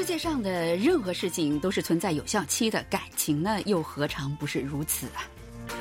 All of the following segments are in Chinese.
界上的任何事情都是存在有效期的，感情呢又何尝不是如此啊？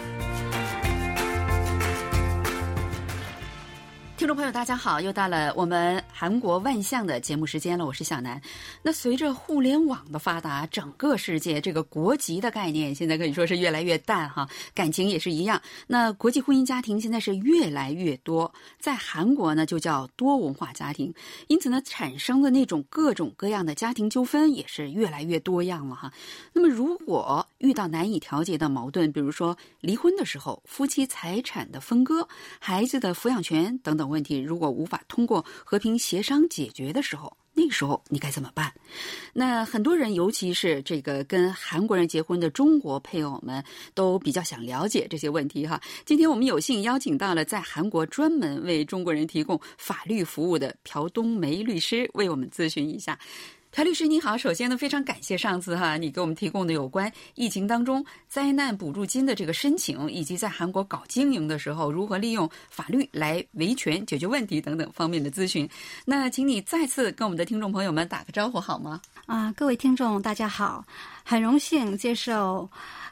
听众朋友大家好，又到了我们韩国万象的节目时间了，我是小南。那随着互联网的发达，整个世界这个国籍的概念现在可以说是越来越淡哈，感情也是一样。那国际婚姻家庭现在是越来越多，在韩国呢就叫多文化家庭，因此呢产生的那种各种各样的家庭纠纷也是越来越多样了哈。那么如果遇到难以调节的矛盾，比如说离婚的时候，夫妻财产的分割，孩子的抚养权等等问题，如果无法通过和平协商解决的时候，那个时候你该怎么办？那很多人，尤其是这个跟韩国人结婚的中国配偶们，都比较想了解这些问题哈。今天我们有幸邀请到了在韩国专门为中国人提供法律服务的朴冬梅律师，为我们咨询一下。朴律师你好，首先呢非常感谢上次你给我们提供的有关疫情当中灾难补助金的这个申请，以及在韩国搞经营的时候如何利用法律来维权解决问题等等方面的咨询。那请你再次跟我们的听众朋友们打个招呼好吗？ 各位听众大家好，很荣幸接受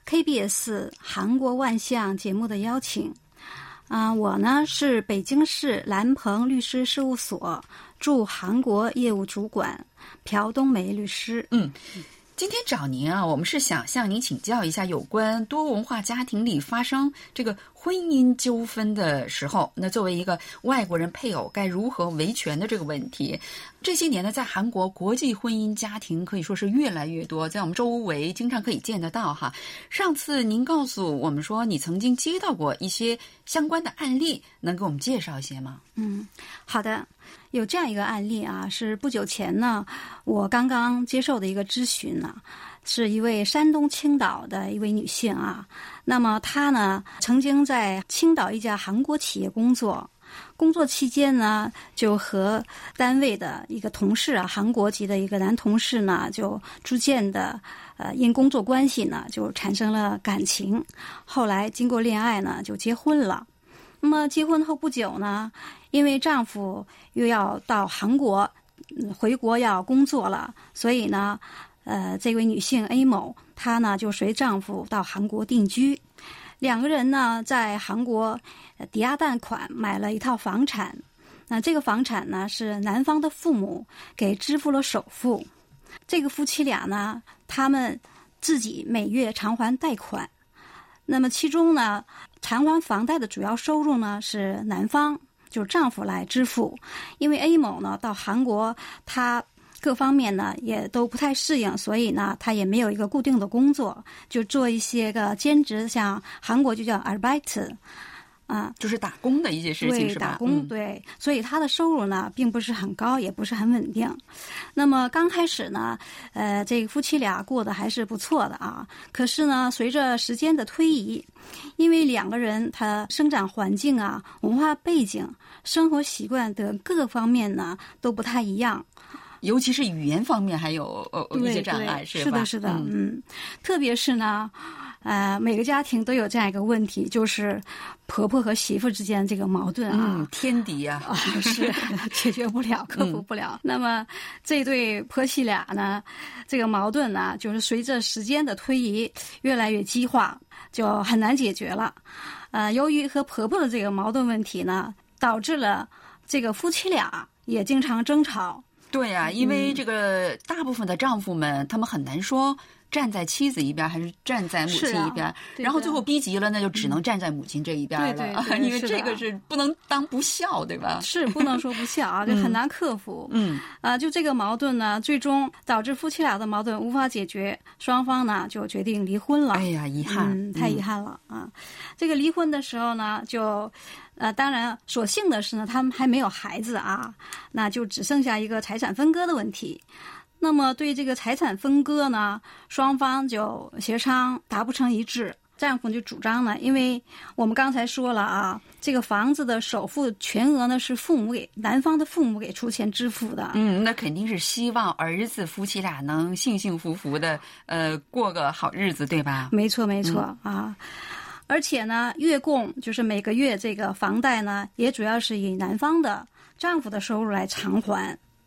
KBS 韩国万象节目的邀请。我呢是北京市蓝鹏律师事务所驻韩国业务主管朴冬梅律师。 今天找您我们是想向您请教一下有关多文化家庭里发生这个婚姻纠纷的时候，那作为一个外国人配偶该如何维权的这个问题。这些年呢，在韩国国际婚姻家庭可以说是越来越多，在我们周围经常可以见得到哈。上次您告诉我们说你曾经接到过一些相关的案例，能给我们介绍一些吗？ 好的。有这样一个案例是不久前呢，我刚刚接受的一个咨询是一位山东青岛的一位女性那么她呢曾经在青岛一家韩国企业工作期间呢，就和单位的一个同事韩国籍的一个男同事呢，就逐渐的因工作关系呢，就产生了感情，后来经过恋爱呢，就结婚了。那么结婚后不久呢，因为丈夫又要到韩国回国要工作了，所以呢这位女性 A 某她呢就随丈夫到韩国定居，两个人呢在韩国抵押贷款买了一套房产，那这个房产呢是男方的父母给支付了首付，这个夫妻俩呢他们自己每月偿还贷款，那么其中呢偿还房贷的主要收入呢是男方就是丈夫来支付，因为 A 某呢到韩国他各方面呢也都不太适应，所以呢他也没有一个固定的工作，就做一些个兼职，像韩国就叫 Arbeit 就是打工的一些事情是吧？ 对，打工对，所以他的收入呢并不是很高，也不是很稳定。那么刚开始呢这个夫妻俩过得还是不错的可是呢随着时间的推移，因为两个人他生长环境文化背景、生活习惯等各个方面呢都不太一样， 尤其是语言方面还有一些障碍，是吧？ 是的，特别是呢每个家庭都有这样一个问题，就是婆婆和媳妇之间这个矛盾天敌是解决不了，克服不了。那么这对婆媳俩呢，这个矛盾呢，就是随着时间的推移越来越激化，就很难解决了。由于和婆婆的这个矛盾问题呢，导致了这个夫妻俩也经常争吵。 对因为这个大部分的丈夫们他们很难说站在妻子一边还是站在母亲一边，然后最后逼急了那就只能站在母亲这一边了，因为这个是不能当不孝，对吧？是不能说不孝就很难克服。就这个矛盾呢，最终导致夫妻俩的矛盾无法解决，双方呢就决定离婚了。 哎呀，遗憾， 太遗憾了这个离婚的时候呢，就当然所幸的是呢，他们还没有孩子那就只剩下一个财产分割的问题。那么对这个财产分割呢，双方就协商达不成一致，丈夫就主张呢，因为我们刚才说了这个房子的首付全额呢是男方的父母给出钱支付的。 那肯定是希望儿子夫妻俩能幸幸福福的过个好日子，对吧？ 没错而且呢月供就是每个月这个房贷呢也主要是以男方的丈夫的收入来偿还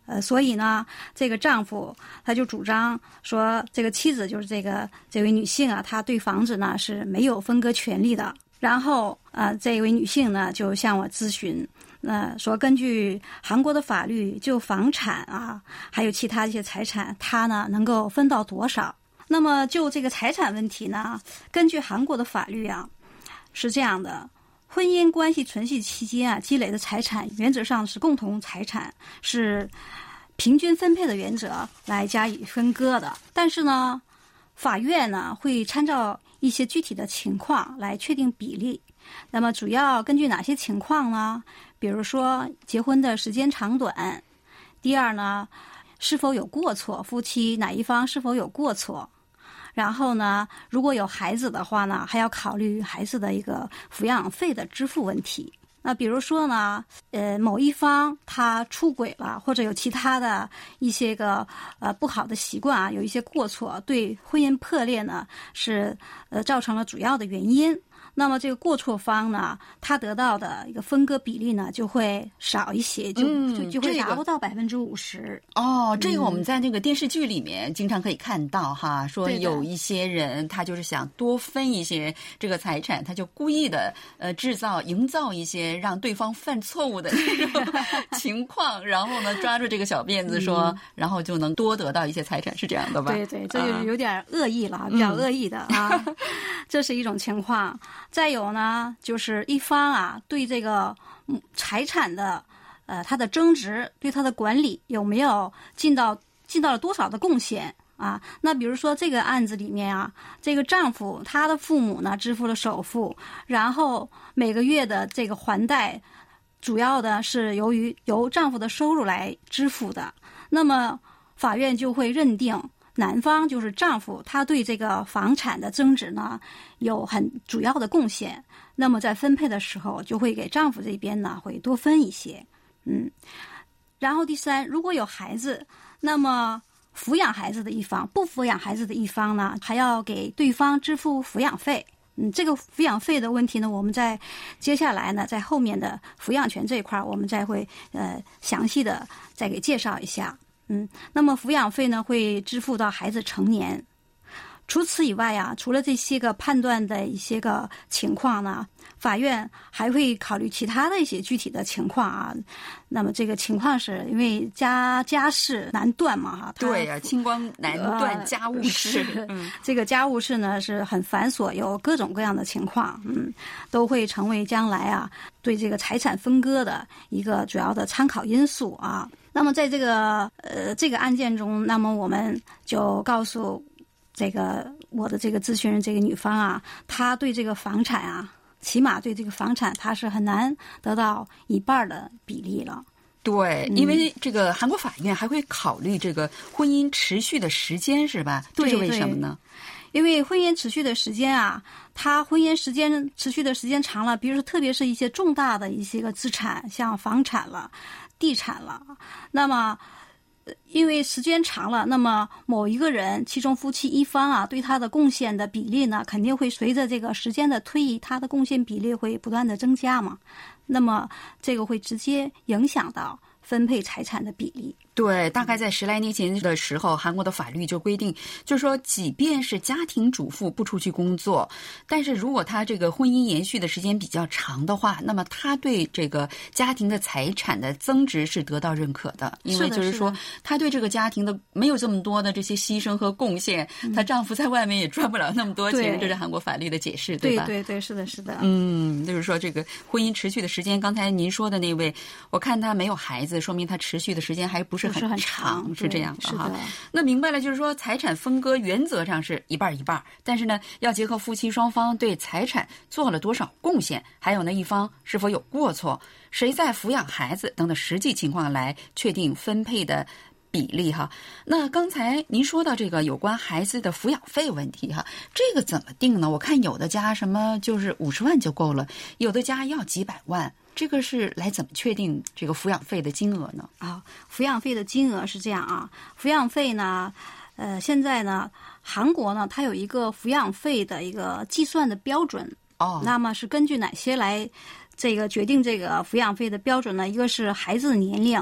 所以呢，这个丈夫他就主张说，这个妻子就是这位女性啊，她对房子呢是没有分割权利的。然后这位女性呢就向我咨询，说根据韩国的法律，就房产啊，还有其他一些财产，她呢能够分到多少？那么就这个财产问题呢，根据韩国的法律啊，是这样的。婚姻关系存续期间啊，积累的财产原则上是共同财产，是平均分配的原则来加以分割的。但是呢，法院呢会参照一些具体的情况来确定比例。那么主要根据哪些情况呢？比如说结婚的时间长短，第二呢，是否有过错，夫妻哪一方是否有过错。然后呢，如果有孩子的话呢，还要考虑孩子的一个抚养费的支付问题。那比如说呢，某一方他出轨了，或者有其他的一些个不好的习惯啊，有一些过错，对婚姻破裂呢是造成了主要的原因。那么这个过错方呢，他得到的一个分割比例呢就会少一些，就会达不到50%。 哦，这个我们在那个电视剧里面经常可以看到哈，说有一些人他就是想多分一些这个财产，他就故意的营造一些让对方犯错误的这种情况，然后呢抓住这个小辫子说，然后就能多得到一些财产，是这样的吧？ 对，这就有点恶意了，比较恶意的啊，这是一种情况。再有呢，就是一方啊对这个财产的他的增值，对他的管理有没有尽到了多少的贡献啊？那比如说这个案子里面啊，这个丈夫他的父母呢支付了首付，然后每个月的这个还贷主要的是由丈夫的收入来支付的，那么法院就会认定男方就是丈夫，他对这个房产的增值呢有很主要的贡献，那么在分配的时候就会给丈夫这边呢会多分一些。然后第三，如果有孩子，那么抚养孩子的一方，不抚养孩子的一方呢，还要给对方支付抚养费。这个抚养费的问题呢，我们在接下来呢，在后面的抚养权这一块，我们再会详细的再给介绍一下。那么抚养费呢会支付到孩子成年。除此以外啊，除了这些个判断的一些个情况呢，法院还会考虑其他的一些具体的情况啊。那么这个情况是因为家事难断嘛哈。 对呀，清官难断家务事。 这个家务事呢是很繁琐，有各种各样的情况，都会成为将来啊对这个财产分割的一个主要的参考因素啊。那么在这个案件中，那么我们就告诉我的这个咨询人这个女方啊，她对这个房产啊，起码对这个房产她是很难得到一半的比例了。 对，因为这个韩国法院还会考虑这个婚姻持续的时间，是吧？这是为什么呢？ 因为婚姻持续的时间啊，它婚姻时间持续的时间长了，比如说特别是一些重大的一些个资产，像房产了、地产了，那么因为时间长了，那么某一个人其中夫妻一方啊对他的贡献的比例呢，肯定会随着这个时间的推移，他的贡献比例会不断的增加嘛，那么这个会直接影响到分配财产的比例。 对，大概在10来年前的时候，韩国的法律就规定，就是说即便是家庭主妇不出去工作，但是如果他这个婚姻延续的时间比较长的话，那么他对这个家庭的财产的增值是得到认可的，因为就是说他对这个家庭的没有这么多的这些牺牲和贡献，她丈夫在外面也赚不了那么多钱，这是韩国法律的解释，对吧？ 对，是的。 就是说这个婚姻持续的时间，刚才您说的那位，我看他没有孩子，说明他持续的时间还不是很长，是这样的哈。那明白了，就是说财产分割原则上是一半一半，但是呢，要结合夫妻双方对财产做了多少贡献，还有呢一方是否有过错，谁在抚养孩子等等实际情况来确定分配的比例哈。那刚才您说到这个有关孩子的抚养费问题哈，这个怎么定呢？我看有的家什么就是50万就够了，有的家要几百万。这个是来怎么确定这个抚养费的金额呢？ 抚养费的金额是这样啊，抚养费呢，现在呢，韩国呢，它有一个抚养费的一个计算的标准。那么是根据哪些来这个决定这个抚养费的标准呢？一个是孩子的年龄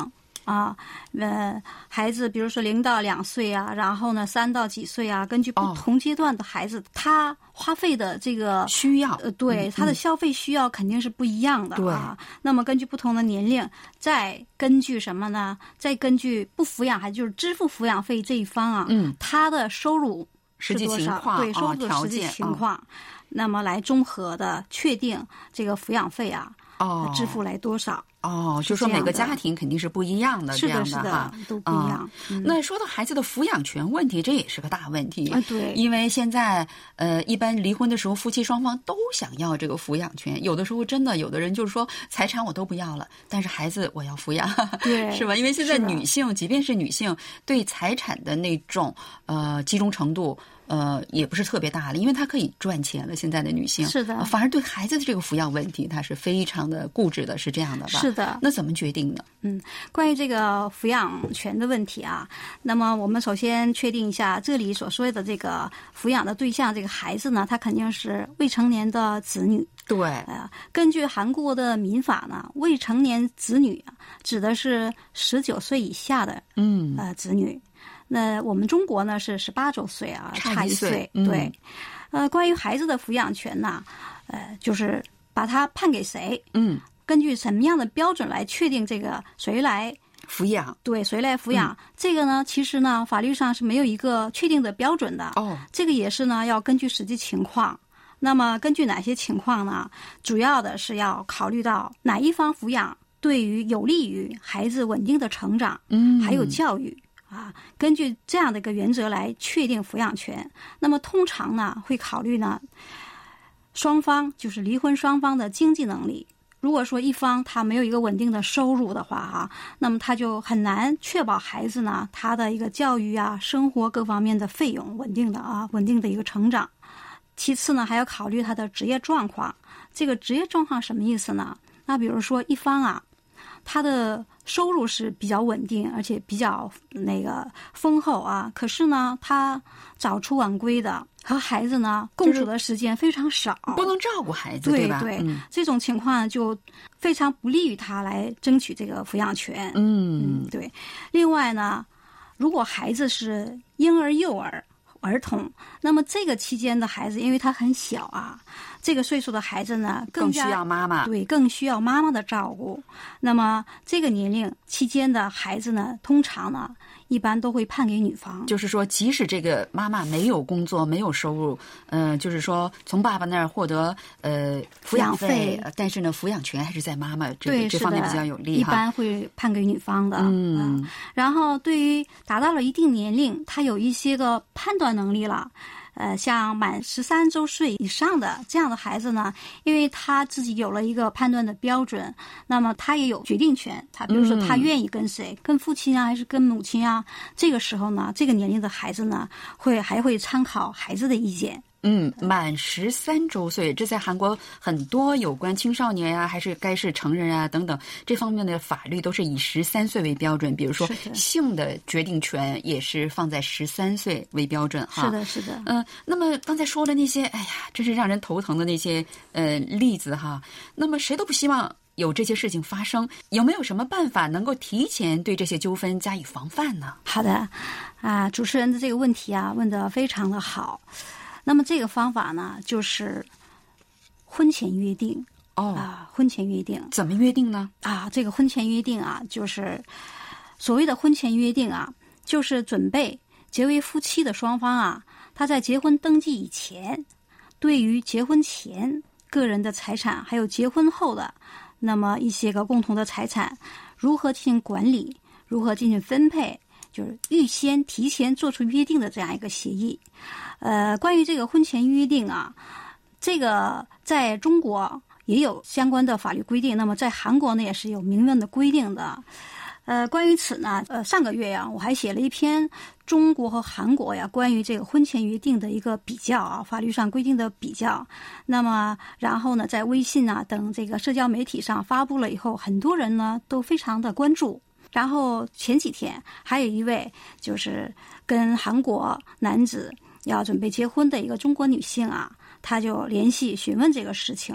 啊，孩子比如说0到2岁啊，然后呢3到几岁啊，根据不同阶段的孩子，他花费的这个需要， 对他的消费需要肯定是不一样的啊。 对， 那么根据不同的年龄，再根据什么呢？再根据不抚养孩子，就是支付抚养费这一方啊，他的收入是多少？对，收入的实际情况，那么来综合的确定这个抚养费啊，支付来多少？ 就说每个家庭肯定是不一样的， 是的， 这样的哈， 都不一样。 那说到孩子的抚养权问题，这也是个大问题。 对， 因为现在一般离婚的时候，夫妻双方都想要这个抚养权，有的时候真的有的人就是说财产我都不要了，但是孩子我要抚养， 对， 是吧？因为现在女性，即便是女性，对财产的那种集中程度。也不是特别大了，因为她可以赚钱了。现在的女性是的， 反而对孩子的这个抚养问题，她是非常的固执的，是这样的吧？ 是的。 那怎么决定呢？ 关于这个抚养权的问题啊，那么我们首先确定一下，这里所说的这个抚养的对象，这个孩子呢，他肯定是未成年的子女。 对， 根据韩国的民法呢，未成年子女指的是19岁以下的子女。那我们中国呢是18周岁啊，差1岁。对，关于孩子的抚养权呢，就是把他判给谁？根据什么样的标准来确定这个谁来抚养？ 对，谁来抚养？这个呢，其实呢，法律上是没有一个确定的标准的。这个也是呢，要根据实际情况。那么根据哪些情况呢？主要的是要考虑到哪一方抚养对于有利于孩子稳定的成长，还有教育。根据这样的一个原则来确定抚养权。那么通常呢，会考虑呢，双方就是离婚双方的经济能力。如果说一方他没有一个稳定的收入的话那么他就很难确保孩子呢他的一个教育生活各方面的费用稳定的一个成长。其次呢，还要考虑他的职业状况。这个职业状况什么意思呢？那比如说一方他的收入是比较稳定，而且比较丰厚可是呢，他早出晚归的，和孩子呢共处的时间非常少， 不能照顾孩子， 对吧？ 对，这种情况就非常不利于他来争取这个抚养权。对。另外呢，如果孩子是婴儿、幼儿童，那么这个期间的孩子，因为他很小这个岁数的孩子呢， 更需要妈妈， 对，更需要妈妈的照顾。那么这个年龄期间的孩子呢，通常呢，一般都会判给女方。 就是说，即使这个妈妈没有工作、没有收入，就是说从爸爸那儿获得抚养费，但是呢，抚养权还是在妈妈这方面比较有利一般会判给女方的。然后对于达到了一定年龄，他有一些个判断能力了。像满13周岁以上的这样的孩子呢，因为他自己有了一个判断的标准，那么他也有决定权。他比如说他愿意跟谁，跟父亲还是跟母亲这个时候呢，这个年龄的孩子呢，还会参考孩子的意见。 满13周岁，这在韩国很多有关青少年还是该是成人等等这方面的法律都是以13岁为标准。比如说性的决定权也是放在13岁为标准是的，是的。 那么刚才说的那些，真是让人头疼的那些例子那么谁都不希望有这些事情发生，有没有什么办法能够提前对这些纠纷加以防范呢？ 好的主持人的这个问题问得非常的好。那么这个方法呢，就是婚前约定。婚前约定怎么约定呢？ 这个婚前约定就是所谓的婚前约定就是准备结为夫妻的双方他在结婚登记以前，对于结婚前个人的财产，还有结婚后的那么一些个共同的财产，如何进行管理，如何进行分配，就是提前做出约定的这样一个协议。关于这个婚前约定这个在中国也有相关的法律规定，那么在韩国呢也是有明文的规定的。关于此呢，上个月我还写了一篇中国和韩国关于这个婚前约定的一个比较法律上规定的比较。那么然后呢，在微信等这个社交媒体上发布了以后，很多人呢都非常的关注。然后前几天还有一位就是跟韩国男子要准备结婚的一个中国女性她就联系询问这个事情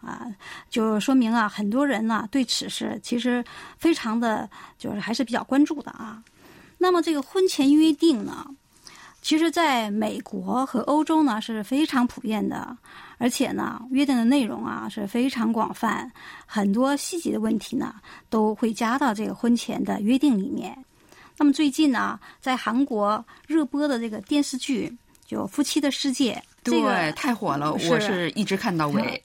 就说明啊，很多人呢对此事其实非常的就是还是比较关注的啊。那么这个婚前约定呢，其实在美国和欧洲呢是非常普遍的，而且呢约定的内容啊是非常广泛，很多细节的问题呢都会加到这个婚前的约定里面。那么最近呢，在韩国热播的这个电视剧就《夫妻的世界》， 对，太火了，我是一直看到尾。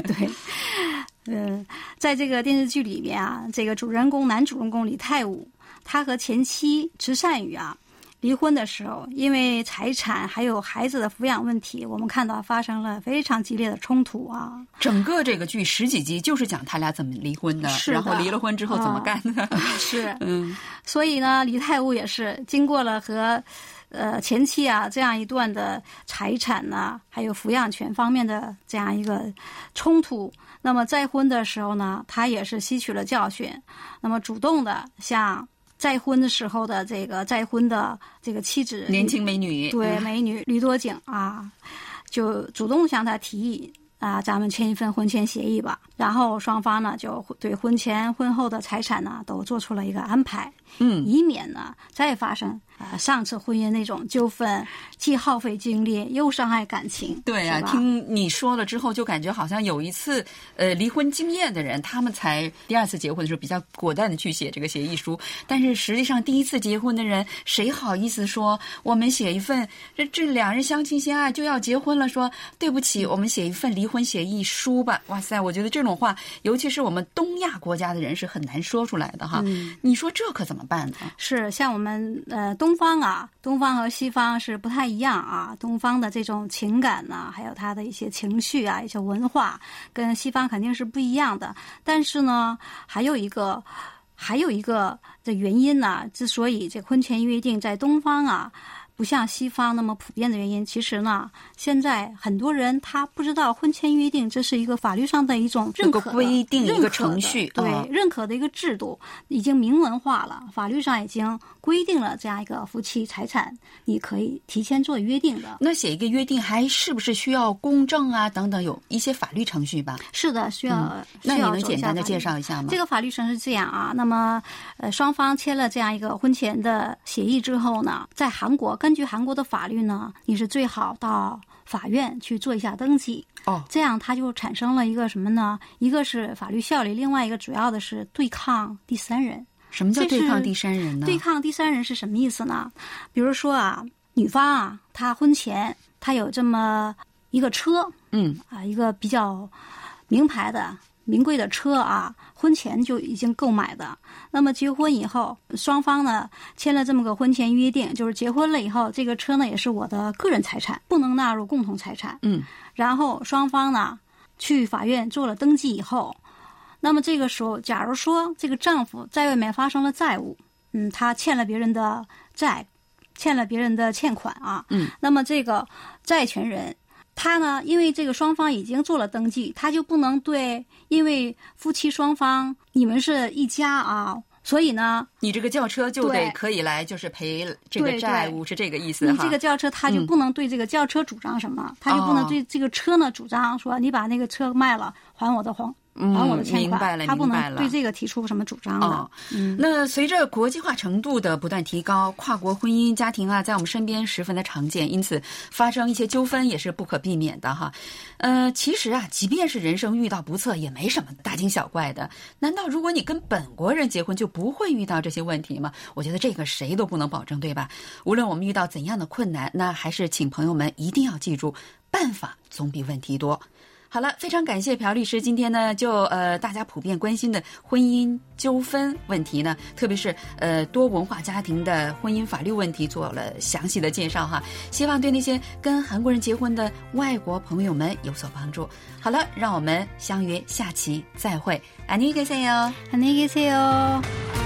对，在这个电视剧里面啊，这个男主人公李泰武，他和前妻池善宇啊离婚的时候，因为财产还有孩子的抚养问题，我们看到发生了非常激烈的冲突啊。 整个这个剧10几集就是讲他俩怎么离婚的，然后离了婚之后怎么干的。 是，所以呢，李泰武也是经过了和前妻啊这样一段的财产呢，还有抚养权方面的这样一个冲突。那么再婚的时候呢，他也是吸取了教训，那么主动的向再婚的时候的再婚的这个妻子， 年轻美女， 对，美女吕多景啊，就主动向他提议啊，咱们签一份婚前协议吧。然后双方呢就对婚前婚后的财产呢都做出了一个安排，以免呢再发生上次婚姻那种纠纷，既耗费精力又伤害感情。 对啊，听你说了之后，就感觉好像有一次离婚经验的人，他们才第2次结婚的时候比较果断的去写这个协议书，但是实际上第1次结婚的人，谁好意思说我们写一份这两人相亲相爱就要结婚了，说对不起，我们写一份离婚协议书吧。哇塞，我觉得这种话，尤其是我们东亚国家的人是很难说出来的哈。你说这可怎么办呢？ 是像我们东方和西方是不太一样啊。东方的这种情感呢，还有他的一些情绪啊，一些文化，跟西方肯定是不一样的。但是呢，还有一个的原因呢，之所以这婚前约定在东方啊不像西方那么普遍的原因，其实呢，现在很多人他不知道婚前约定这是一个法律上的一种认可的规定，一个程序， 对，认可的一个制度，已经明文化了，法律上已经规定了这样一个夫妻财产，你可以提前做约定的。 那写一个约定还是不是需要公证啊等等，有一些法律程序吧？ 是的，需要。 那你能简单的介绍一下吗？ 这个法律程序是这样啊，那么双方签了这样一个婚前的协议之后呢，在韩国根据韩国的法律呢，你是最好到法院去做一下登记。这样它就产生了一个什么呢？一个是法律效力，另外一个主要的是对抗第三人。 什么叫对抗第三人呢？ 对抗第三人是什么意思呢？比如说啊，女方啊，她婚前她有这么一个车，一个比较名牌的名贵的车啊，婚前就已经购买的。那么结婚以后，双方呢签了这么个婚前约定，就是结婚了以后，这个车呢也是我的个人财产，不能纳入共同财产。然后双方呢去法院做了登记以后，那么这个时候，假如说这个丈夫在外面发生了债务，他欠了别人的债，欠了别人的欠款啊，那么这个债权人他呢，因为这个双方已经做了登记，他就不能对，因为夫妻双方你们是一家啊，所以呢， 你这个轿车就得可以来就是赔这个债务，是这个意思哈。 你这个轿车他就不能对这个轿车主张什么，他就不能对这个车呢主张说你把那个车卖了还我的还我的欠款，他不能对这个提出什么主张的。 那随着国际化程度的不断提高，跨国婚姻家庭啊，在我们身边十分的常见，因此发生一些纠纷也是不可避免的哈。其实啊，即便是人生遇到不测，也没什么大惊小怪的。难道如果你跟本国人结婚，就不会遇到这些问题吗？我觉得这个谁都不能保证，对吧？无论我们遇到怎样的困难，那还是请朋友们一定要记住，办法总比问题多。好了，非常感谢朴律师，今天呢就大家普遍关心的婚姻纠纷问题呢，特别是多文化家庭的婚姻法律问题做了详细的介绍哈，希望对那些跟韩国人结婚的外国朋友们有所帮助。好了，让我们相约下期再会。안녕히 계세요。 안녕히 계세요。